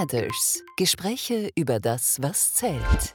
Matters. Gespräche über das, was zählt.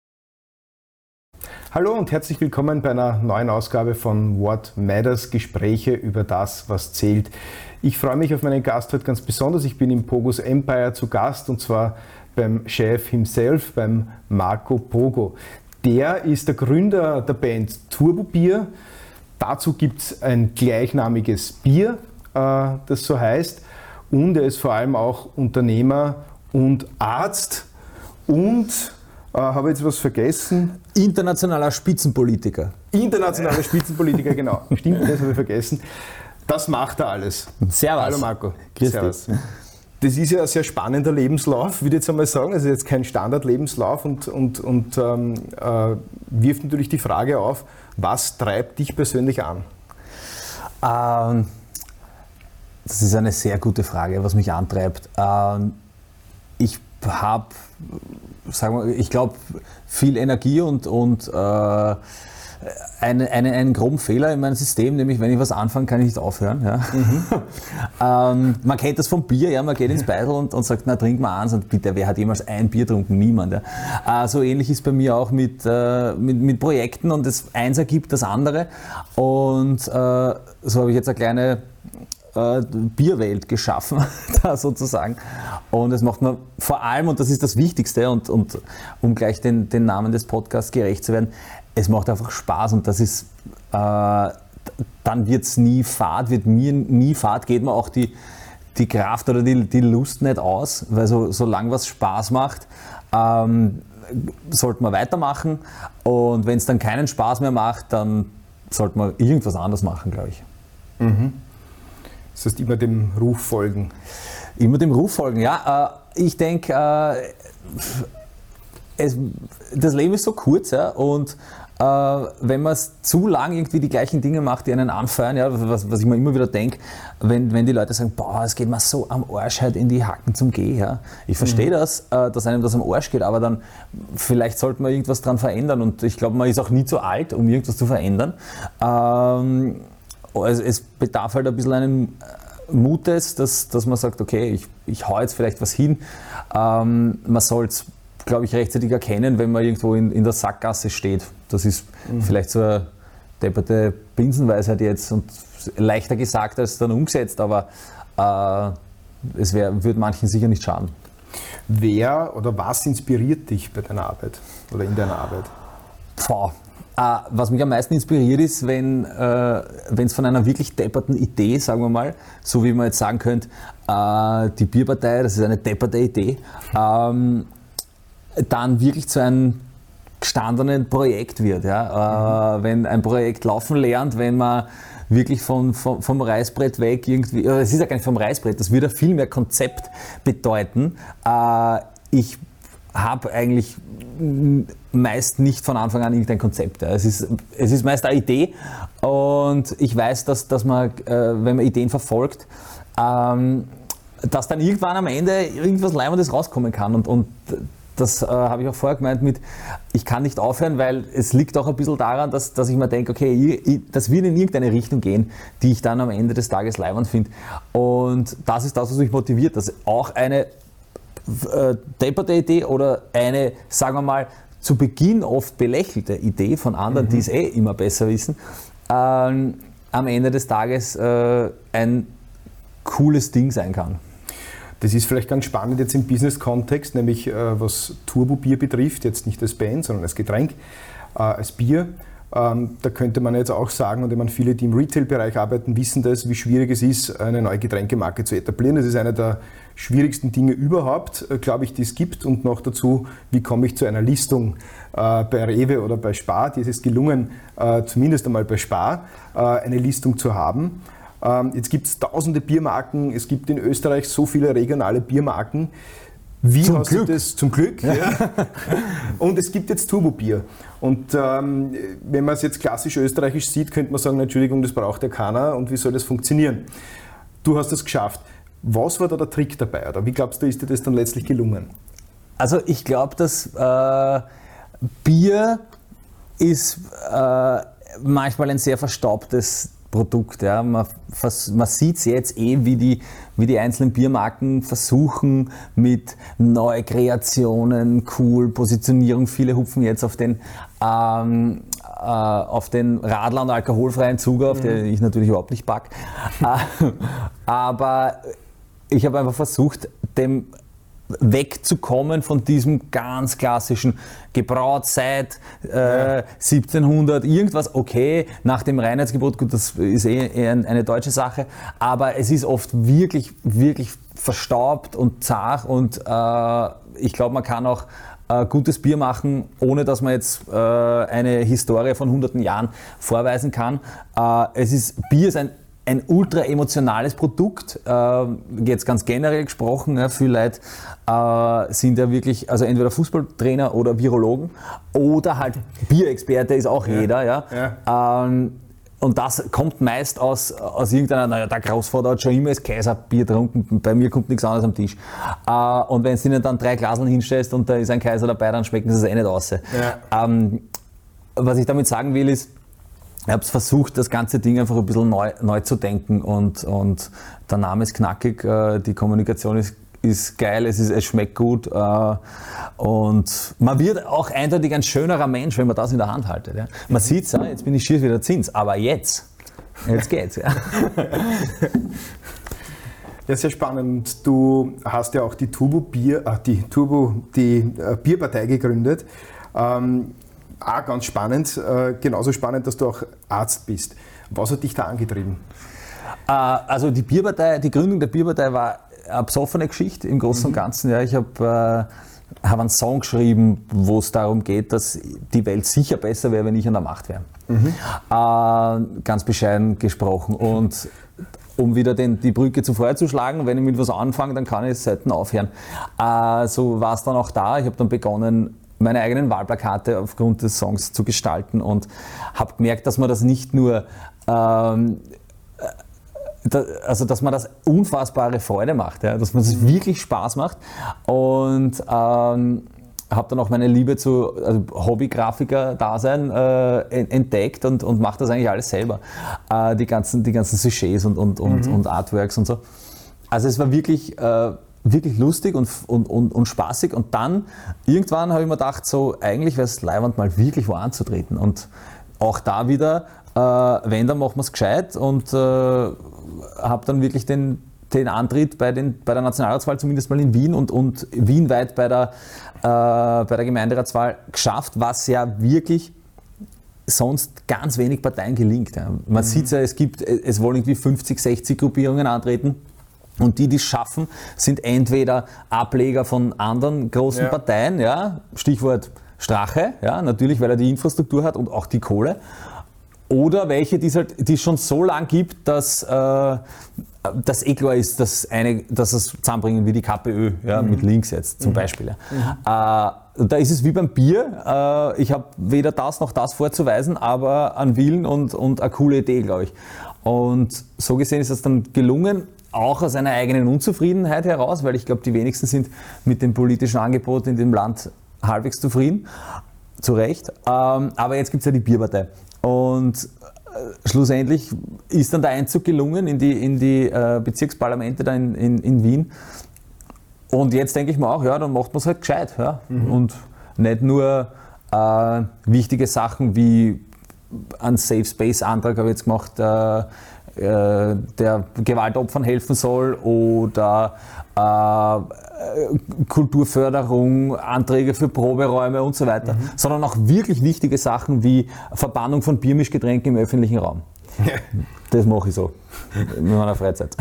Hallo und herzlich willkommen bei einer neuen Ausgabe von What Matters, Gespräche über das, was zählt. Ich freue mich auf meinen Gast heute ganz besonders. Ich bin im Pogos Empire zu Gast und zwar beim Chef himself, beim Marco Pogo. Der ist der Gründer der Band Turbo Bier. Dazu gibt es ein gleichnamiges Bier, das so heißt. Und er ist vor allem auch Unternehmer und Arzt und, habe ich jetzt was vergessen? Internationaler Spitzenpolitiker. Internationaler Spitzenpolitiker, genau. Stimmt, das habe ich vergessen. Das macht er alles. Servus. Hallo Marco. Grüß Servus. Das ist ja ein sehr spannender Lebenslauf, würde ich jetzt einmal sagen. Also jetzt kein Standardlebenslauf und wirft natürlich die Frage auf, was treibt dich persönlich an? Das ist eine sehr gute Frage, was mich antreibt. Ich habe, ich glaube, viel Energie und einen groben Fehler in meinem System, nämlich wenn ich was anfange, kann ich nicht aufhören. Ja. Man kennt das vom Bier, ja, man geht ins Beidl und sagt, na trink mal eins und bitte, wer hat jemals ein Bier getrunken? Niemand. Ja. So ähnlich ist bei mir auch mit Projekten und das eins ergibt das andere und so habe ich jetzt eine kleine Bierwelt geschaffen, da sozusagen. Und es macht mir vor allem, und das ist das Wichtigste, und um gleich den Namen des Podcasts gerecht zu werden, es macht einfach Spaß und das ist, dann wird es nie fad, wird mir nie fad, geht mir auch die Kraft oder die Lust nicht aus, weil solange was Spaß macht, sollte man weitermachen und wenn es dann keinen Spaß mehr macht, dann sollte man irgendwas anderes machen, glaube ich. Mhm. Das heißt, immer dem Ruf folgen. Immer dem Ruf folgen, ja. Ich denke, das Leben ist so kurz, ja, und wenn man zu lang irgendwie die gleichen Dinge macht, die einen anfeuern, ja, was ich mir immer wieder denke, wenn die Leute sagen, boah, es geht mir so am Arsch halt in die Hacken zum Geh. Ja. Ich verstehe das, dass einem das am Arsch geht, aber dann vielleicht sollte man irgendwas dran verändern und ich glaube, man ist auch nie zu alt, um irgendwas zu verändern. Also es bedarf halt ein bisschen einen Mutes, dass man sagt, okay, ich hau jetzt vielleicht was hin. Man soll es, glaube ich, rechtzeitig erkennen, wenn man irgendwo in der Sackgasse steht. Das ist vielleicht so eine depperte Binsenweisheit jetzt und leichter gesagt als dann umgesetzt, aber es würde manchen sicher nicht schaden. Wer oder was inspiriert dich bei deiner Arbeit oder in deiner Arbeit? Was mich am meisten inspiriert ist, wenn es von einer wirklich depperten Idee, sagen wir mal, so wie man jetzt sagen könnte, die Bierpartei, das ist eine depperte Idee, dann wirklich zu einem gestandenen Projekt wird. Ja? Wenn ein Projekt laufen lernt, wenn man wirklich vom Reißbrett weg irgendwie, es ist ja gar nicht vom Reißbrett, das würde viel mehr Konzept bedeuten. Ich habe eigentlich meist nicht von Anfang an irgendein Konzept. Es ist meist eine Idee und ich weiß, dass man, wenn man Ideen verfolgt, dass dann irgendwann am Ende irgendwas Leibendes rauskommen kann und das habe ich auch vorher gemeint mit, ich kann nicht aufhören, weil es liegt auch ein bisschen daran, dass ich mir denke, okay, das wird in irgendeine Richtung gehen, die ich dann am Ende des Tages leibend finde und das ist das, was mich motiviert, dass auch eine depperte Idee oder eine, sagen wir mal, zu Beginn oft belächelte Idee von anderen, die es immer besser wissen, am Ende des Tages ein cooles Ding sein kann. Das ist vielleicht ganz spannend jetzt im Business-Kontext, nämlich was Turbo Bier betrifft, jetzt nicht als Band, sondern als Getränk, als Bier. Da könnte man jetzt auch sagen, und ich meine, viele, die im Retail-Bereich arbeiten, wissen das, wie schwierig es ist, eine neue Getränkemarke zu etablieren. Das ist einer der schwierigsten Dinge überhaupt, glaube ich, die es gibt. Und noch dazu, wie komme ich zu einer Listung bei Rewe oder bei Spar. Dir ist es gelungen, zumindest einmal bei Spar, eine Listung zu haben. Jetzt gibt es tausende Biermarken, es gibt in Österreich so viele regionale Biermarken. Wie zum hast Glück. Du das? Zum Glück. Ja. Und es gibt jetzt Turbo Bier. Und wenn man es jetzt klassisch österreichisch sieht, könnte man sagen, Entschuldigung, das braucht ja keiner und wie soll das funktionieren? Du hast es geschafft. Was war da der Trick dabei? Oder wie glaubst du, ist dir das dann letztlich gelungen? Also ich glaube, dass Bier ist manchmal ein sehr verstaubtes Produkt. Ja. Man sieht es jetzt wie die einzelnen Biermarken versuchen mit Neukreationen, cool, Positionierung. Viele hupfen jetzt auf den Radler und alkoholfreien Zug auf, den ich natürlich überhaupt nicht pack. Aber ich habe einfach versucht, dem wegzukommen von diesem ganz klassischen gebraut seit 1700 irgendwas, okay, nach dem Reinheitsgebot, gut, das ist eher eine deutsche Sache, aber es ist oft wirklich, wirklich verstaubt und zart und ich glaube, man kann auch gutes Bier machen, ohne dass man jetzt eine Historie von hunderten Jahren vorweisen kann. Bier ist ein ultra emotionales Produkt, jetzt ganz generell gesprochen, ja, viele Leute sind ja wirklich, also entweder Fußballtrainer oder Virologen oder halt Bierexperte ist auch jeder. Ja. Und das kommt meist aus irgendeiner, naja, der Großvater hat schon immer das Kaiserbier getrunken, bei mir kommt nichts anderes am Tisch. Und wenn du ihnen dann 3 Glaseln hinstellst und da ist ein Kaiser dabei, dann schmecken sie es nicht aus. Ja. Was ich damit sagen will ist, ich habe versucht, das ganze Ding einfach ein bisschen neu zu denken und der Name ist knackig, die Kommunikation ist geil, es schmeckt gut und man wird auch eindeutig ein schönerer Mensch, wenn man das in der Hand haltet. Ja. Man sieht es, ja, jetzt bin ich schier wie der Zins, aber jetzt geht's. Ja. Ja, sehr spannend. Du hast ja auch die Bierpartei gegründet. Auch ganz spannend, genauso spannend, dass du auch Arzt bist. Was hat dich da angetrieben? Also die Gründung der Bierpartei war eine besoffene Geschichte im Großen und Ganzen. Ja, ich habe einen Song geschrieben, wo es darum geht, dass die Welt sicher besser wäre, wenn ich an der Macht wäre. Ganz bescheiden gesprochen. Und um wieder die Brücke zu vorher zu schlagen, wenn ich mit was anfange, dann kann ich selten aufhören. So war es dann auch da. Ich habe dann begonnen, meine eigenen Wahlplakate aufgrund des Songs zu gestalten und habe gemerkt, dass man das nicht nur, dass man das unfassbare Freude macht, ja, dass man das wirklich Spaß macht und habe dann auch meine Liebe zu Hobbygrafiker-Dasein entdeckt und mache das eigentlich alles selber, die ganzen Sujets und Artworks und so. Also es war wirklich lustig und spaßig und dann irgendwann habe ich mir gedacht, so eigentlich wäre es leiwand mal wirklich wo anzutreten und auch da wieder, wenn, dann machen wir es gescheit und habe dann wirklich den Antritt bei der Nationalratswahl zumindest mal in Wien und wienweit bei der Gemeinderatswahl geschafft, was ja wirklich sonst ganz wenig Parteien gelingt. Ja. Man sieht ja, es wollen irgendwie 50, 60 Gruppierungen antreten. Und die es schaffen, sind entweder Ableger von anderen großen Parteien, ja, Stichwort Strache, ja, natürlich, weil er die Infrastruktur hat und auch die Kohle, oder welche, die es schon so lang gibt, dass klar ist, dass es zusammenbringen wie die KPÖ, ja, mit links jetzt zum Beispiel. Ja. Da ist es wie beim Bier, ich habe weder das noch das vorzuweisen, aber an Willen und eine coole Idee, glaube ich. Und so gesehen ist es dann gelungen, auch aus einer eigenen Unzufriedenheit heraus, weil ich glaube, die wenigsten sind mit dem politischen Angebot in dem Land halbwegs zufrieden, zu Recht. Aber jetzt gibt es ja die Bierpartei. Und schlussendlich ist dann der Einzug gelungen in die Bezirksparlamente da in Wien. Und jetzt denke ich mir auch, ja, dann macht man es halt gescheit. Ja? Und nicht nur wichtige Sachen wie einen Safe Space Antrag habe ich jetzt gemacht, der Gewaltopfern helfen soll oder Kulturförderung, Anträge für Proberäume und so weiter, sondern auch wirklich wichtige Sachen wie Verbannung von Biermischgetränken im öffentlichen Raum. Das mache ich so in meiner Freizeit.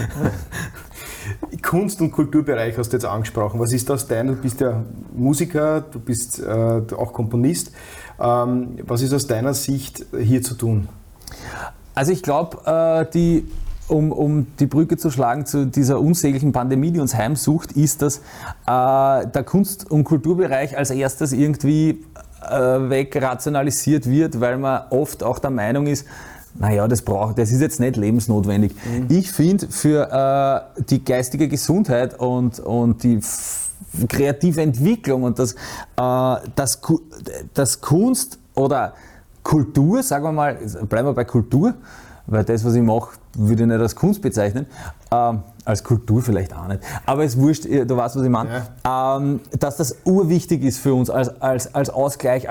Kunst- und Kulturbereich hast du jetzt angesprochen. Was ist das dein? Du bist ja Musiker, du bist auch Komponist. Was ist aus deiner Sicht hier zu tun? Also ich glaube, um die Brücke zu schlagen zu dieser unsäglichen Pandemie, die uns heimsucht, ist, dass der Kunst- und Kulturbereich als erstes irgendwie wegrationalisiert wird, weil man oft auch der Meinung ist, naja, das ist jetzt nicht lebensnotwendig. Ich finde, für die geistige Gesundheit und die kreative Entwicklung und das Kunst oder Kultur, sagen wir mal, bleiben wir bei Kultur, weil das, was ich mache, würde ich nicht als Kunst bezeichnen. Als Kultur vielleicht auch nicht. Aber es ist wurscht, du weißt, was ich meine. Ja. Dass das urwichtig ist für uns als Ausgleich,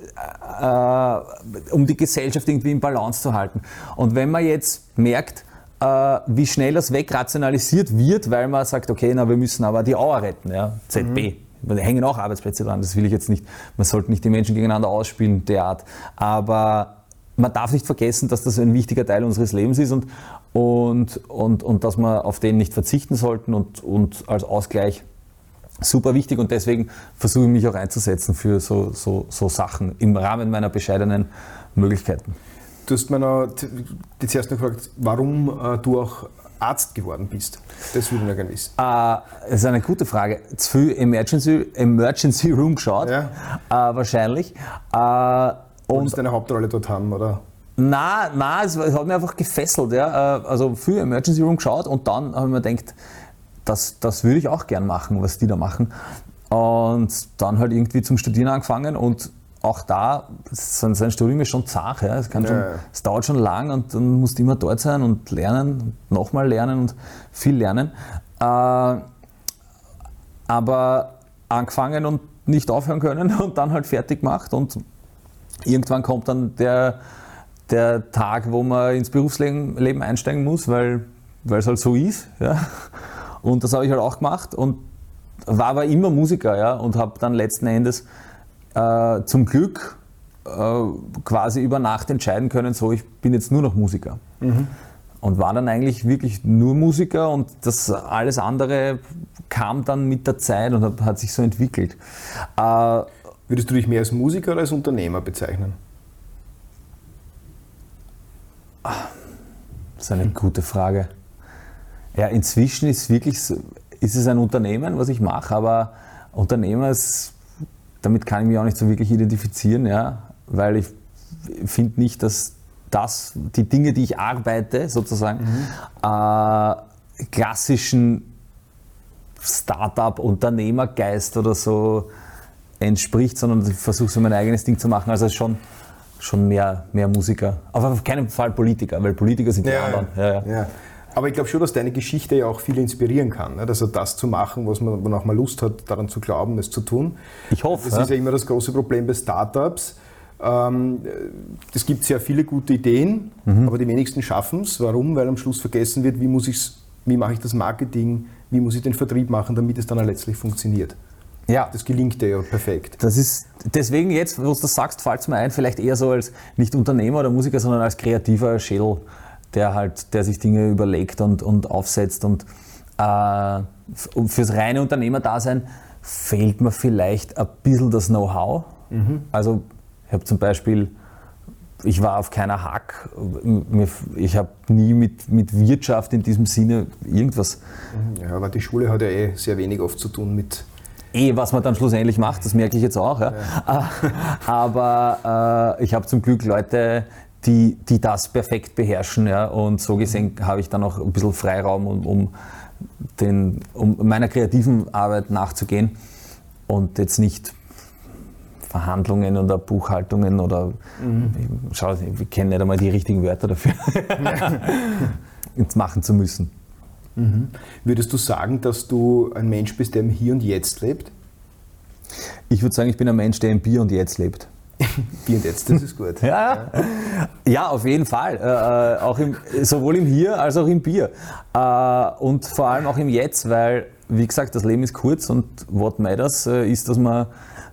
um die Gesellschaft irgendwie in Balance zu halten. Und wenn man jetzt merkt, wie schnell das wegrationalisiert wird, weil man sagt, okay, na, wir müssen aber die Auer retten, ja, ZB. Da hängen auch Arbeitsplätze dran, das will ich jetzt nicht. Man sollte nicht die Menschen gegeneinander ausspielen, derart. Aber man darf nicht vergessen, dass das ein wichtiger Teil unseres Lebens ist und dass wir auf den nicht verzichten sollten und als Ausgleich super wichtig. Und deswegen versuche ich mich auch einzusetzen für so Sachen im Rahmen meiner bescheidenen Möglichkeiten. Du hast mir noch zuerst noch gefragt, warum du auch Arzt geworden bist. Das würde ich noch gerne wissen. Das ist eine gute Frage. Zu viel Emergency Room geschaut, ja. Wahrscheinlich. Wolltest du deine Hauptrolle dort haben, oder? Nein, es hat mich einfach gefesselt. Ja. Also viel Emergency Room geschaut und dann habe ich mir gedacht, das würde ich auch gern machen, was die da machen. Und dann halt irgendwie zum Studieren angefangen und auch da, sein Studium ist schon zart, ja. Es dauert schon lang und dann musst du immer dort sein und lernen, nochmal lernen und viel lernen. Aber angefangen und nicht aufhören können und dann halt fertig gemacht und irgendwann kommt dann der Tag, wo man ins Berufsleben einsteigen muss, weil es halt so ist. Ja. Und das habe ich halt auch gemacht und war aber immer Musiker, ja, und habe dann letzten Endes zum Glück quasi über Nacht entscheiden können, so, ich bin jetzt nur noch Musiker. Mhm. Und war dann eigentlich wirklich nur Musiker und das alles andere kam dann mit der Zeit und hat sich so entwickelt. Würdest du dich mehr als Musiker oder als Unternehmer bezeichnen? Das ist eine gute Frage. Ja, inzwischen ist es ein Unternehmen, was ich mache, aber Unternehmer damit kann ich mich auch nicht so wirklich identifizieren, ja, weil ich finde nicht, dass die Dinge, die ich arbeite, sozusagen, klassischen Start-up-Unternehmergeist oder so entspricht, sondern ich versuche so mein eigenes Ding zu machen. Also schon mehr Musiker. Aber auf keinen Fall Politiker, weil Politiker sind die anderen. Ja. Aber ich glaube schon, dass deine Geschichte ja auch viele inspirieren kann. Ne? Also das zu machen, wonach man Lust hat, daran zu glauben, es zu tun. Ich hoffe. Das ist ja immer das große Problem bei Startups. Es gibt sehr viele gute Ideen, aber die wenigsten schaffen es. Warum? Weil am Schluss vergessen wird, wie mache ich das Marketing, wie muss ich den Vertrieb machen, damit es dann letztlich funktioniert. Ja. Das gelingt dir ja perfekt. Das ist deswegen jetzt, wo du das sagst, fällt es mir ein, vielleicht eher so als nicht Unternehmer oder Musiker, sondern als kreativer Schädel, der sich Dinge überlegt und aufsetzt. Und fürs reine Unternehmerdasein fehlt mir vielleicht ein bisschen das Know-how. Also ich habe zum Beispiel, ich war auf keiner Hack, ich habe nie mit Wirtschaft in diesem Sinne irgendwas. Ja, aber die Schule hat ja sehr wenig oft zu tun mit... was man dann schlussendlich macht, das merke ich jetzt auch. Ja. Aber ich habe zum Glück Leute, die das perfekt beherrschen. Ja. Und so gesehen habe ich dann auch ein bisschen Freiraum, um meiner kreativen Arbeit nachzugehen und jetzt nicht Verhandlungen oder Buchhaltungen oder ich kenne nicht einmal die richtigen Wörter dafür, jetzt machen zu müssen. Würdest du sagen, dass du ein Mensch bist, der im Hier und Jetzt lebt? Ich würde sagen, ich bin ein Mensch, der im Bier und Jetzt lebt. Bier und Jetzt, das ist gut. Ja, auf jeden Fall. Sowohl im Hier als auch im Bier. Und vor allem auch im Jetzt, weil, wie gesagt, das Leben ist kurz und what matters ist, dass man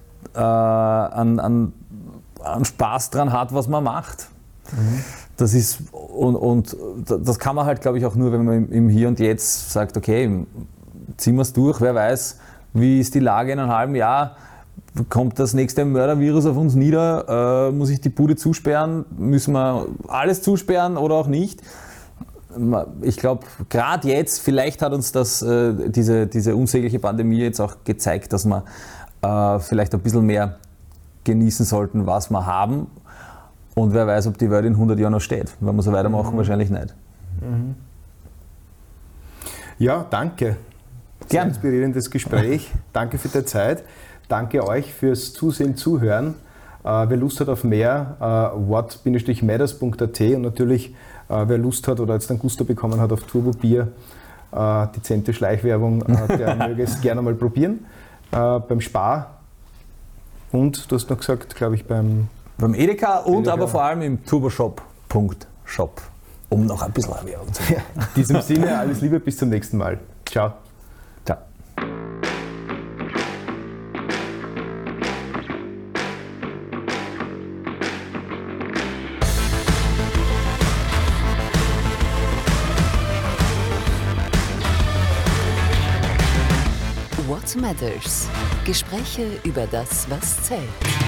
an Spaß dran hat, was man macht. Das ist, und das kann man halt, glaube ich, auch nur, wenn man im Hier und Jetzt sagt, okay, ziehen wir es durch, wer weiß, wie ist die Lage in einem halben Jahr, kommt das nächste Mördervirus auf uns nieder, muss ich die Bude zusperren, müssen wir alles zusperren oder auch nicht. Ich glaube, gerade jetzt, vielleicht hat uns diese unsägliche Pandemie jetzt auch gezeigt, dass wir vielleicht ein bisschen mehr genießen sollten, was wir haben. Und wer weiß, ob die Welt in 100 Jahren noch steht. Wenn wir so weitermachen, wahrscheinlich nicht. Ja, danke. Sehr inspirierendes Gespräch. Danke für die Zeit. Danke euch fürs Zusehen, Zuhören. Wer Lust hat auf mehr, what-matters.at und natürlich, wer Lust hat oder jetzt einen Gusto bekommen hat auf Turbo Bier, dezente Schleichwerbung, der möge es gerne mal probieren. Beim Spar und, du hast noch gesagt, glaube ich, beim Edeka und Edeka. Aber vor allem im turboshop.shop, um noch ein bisschen Werbung zu machen. In diesem Sinne, alles Liebe, bis zum nächsten Mal. Ciao. Ciao. What Matters? Gespräche über das, was zählt.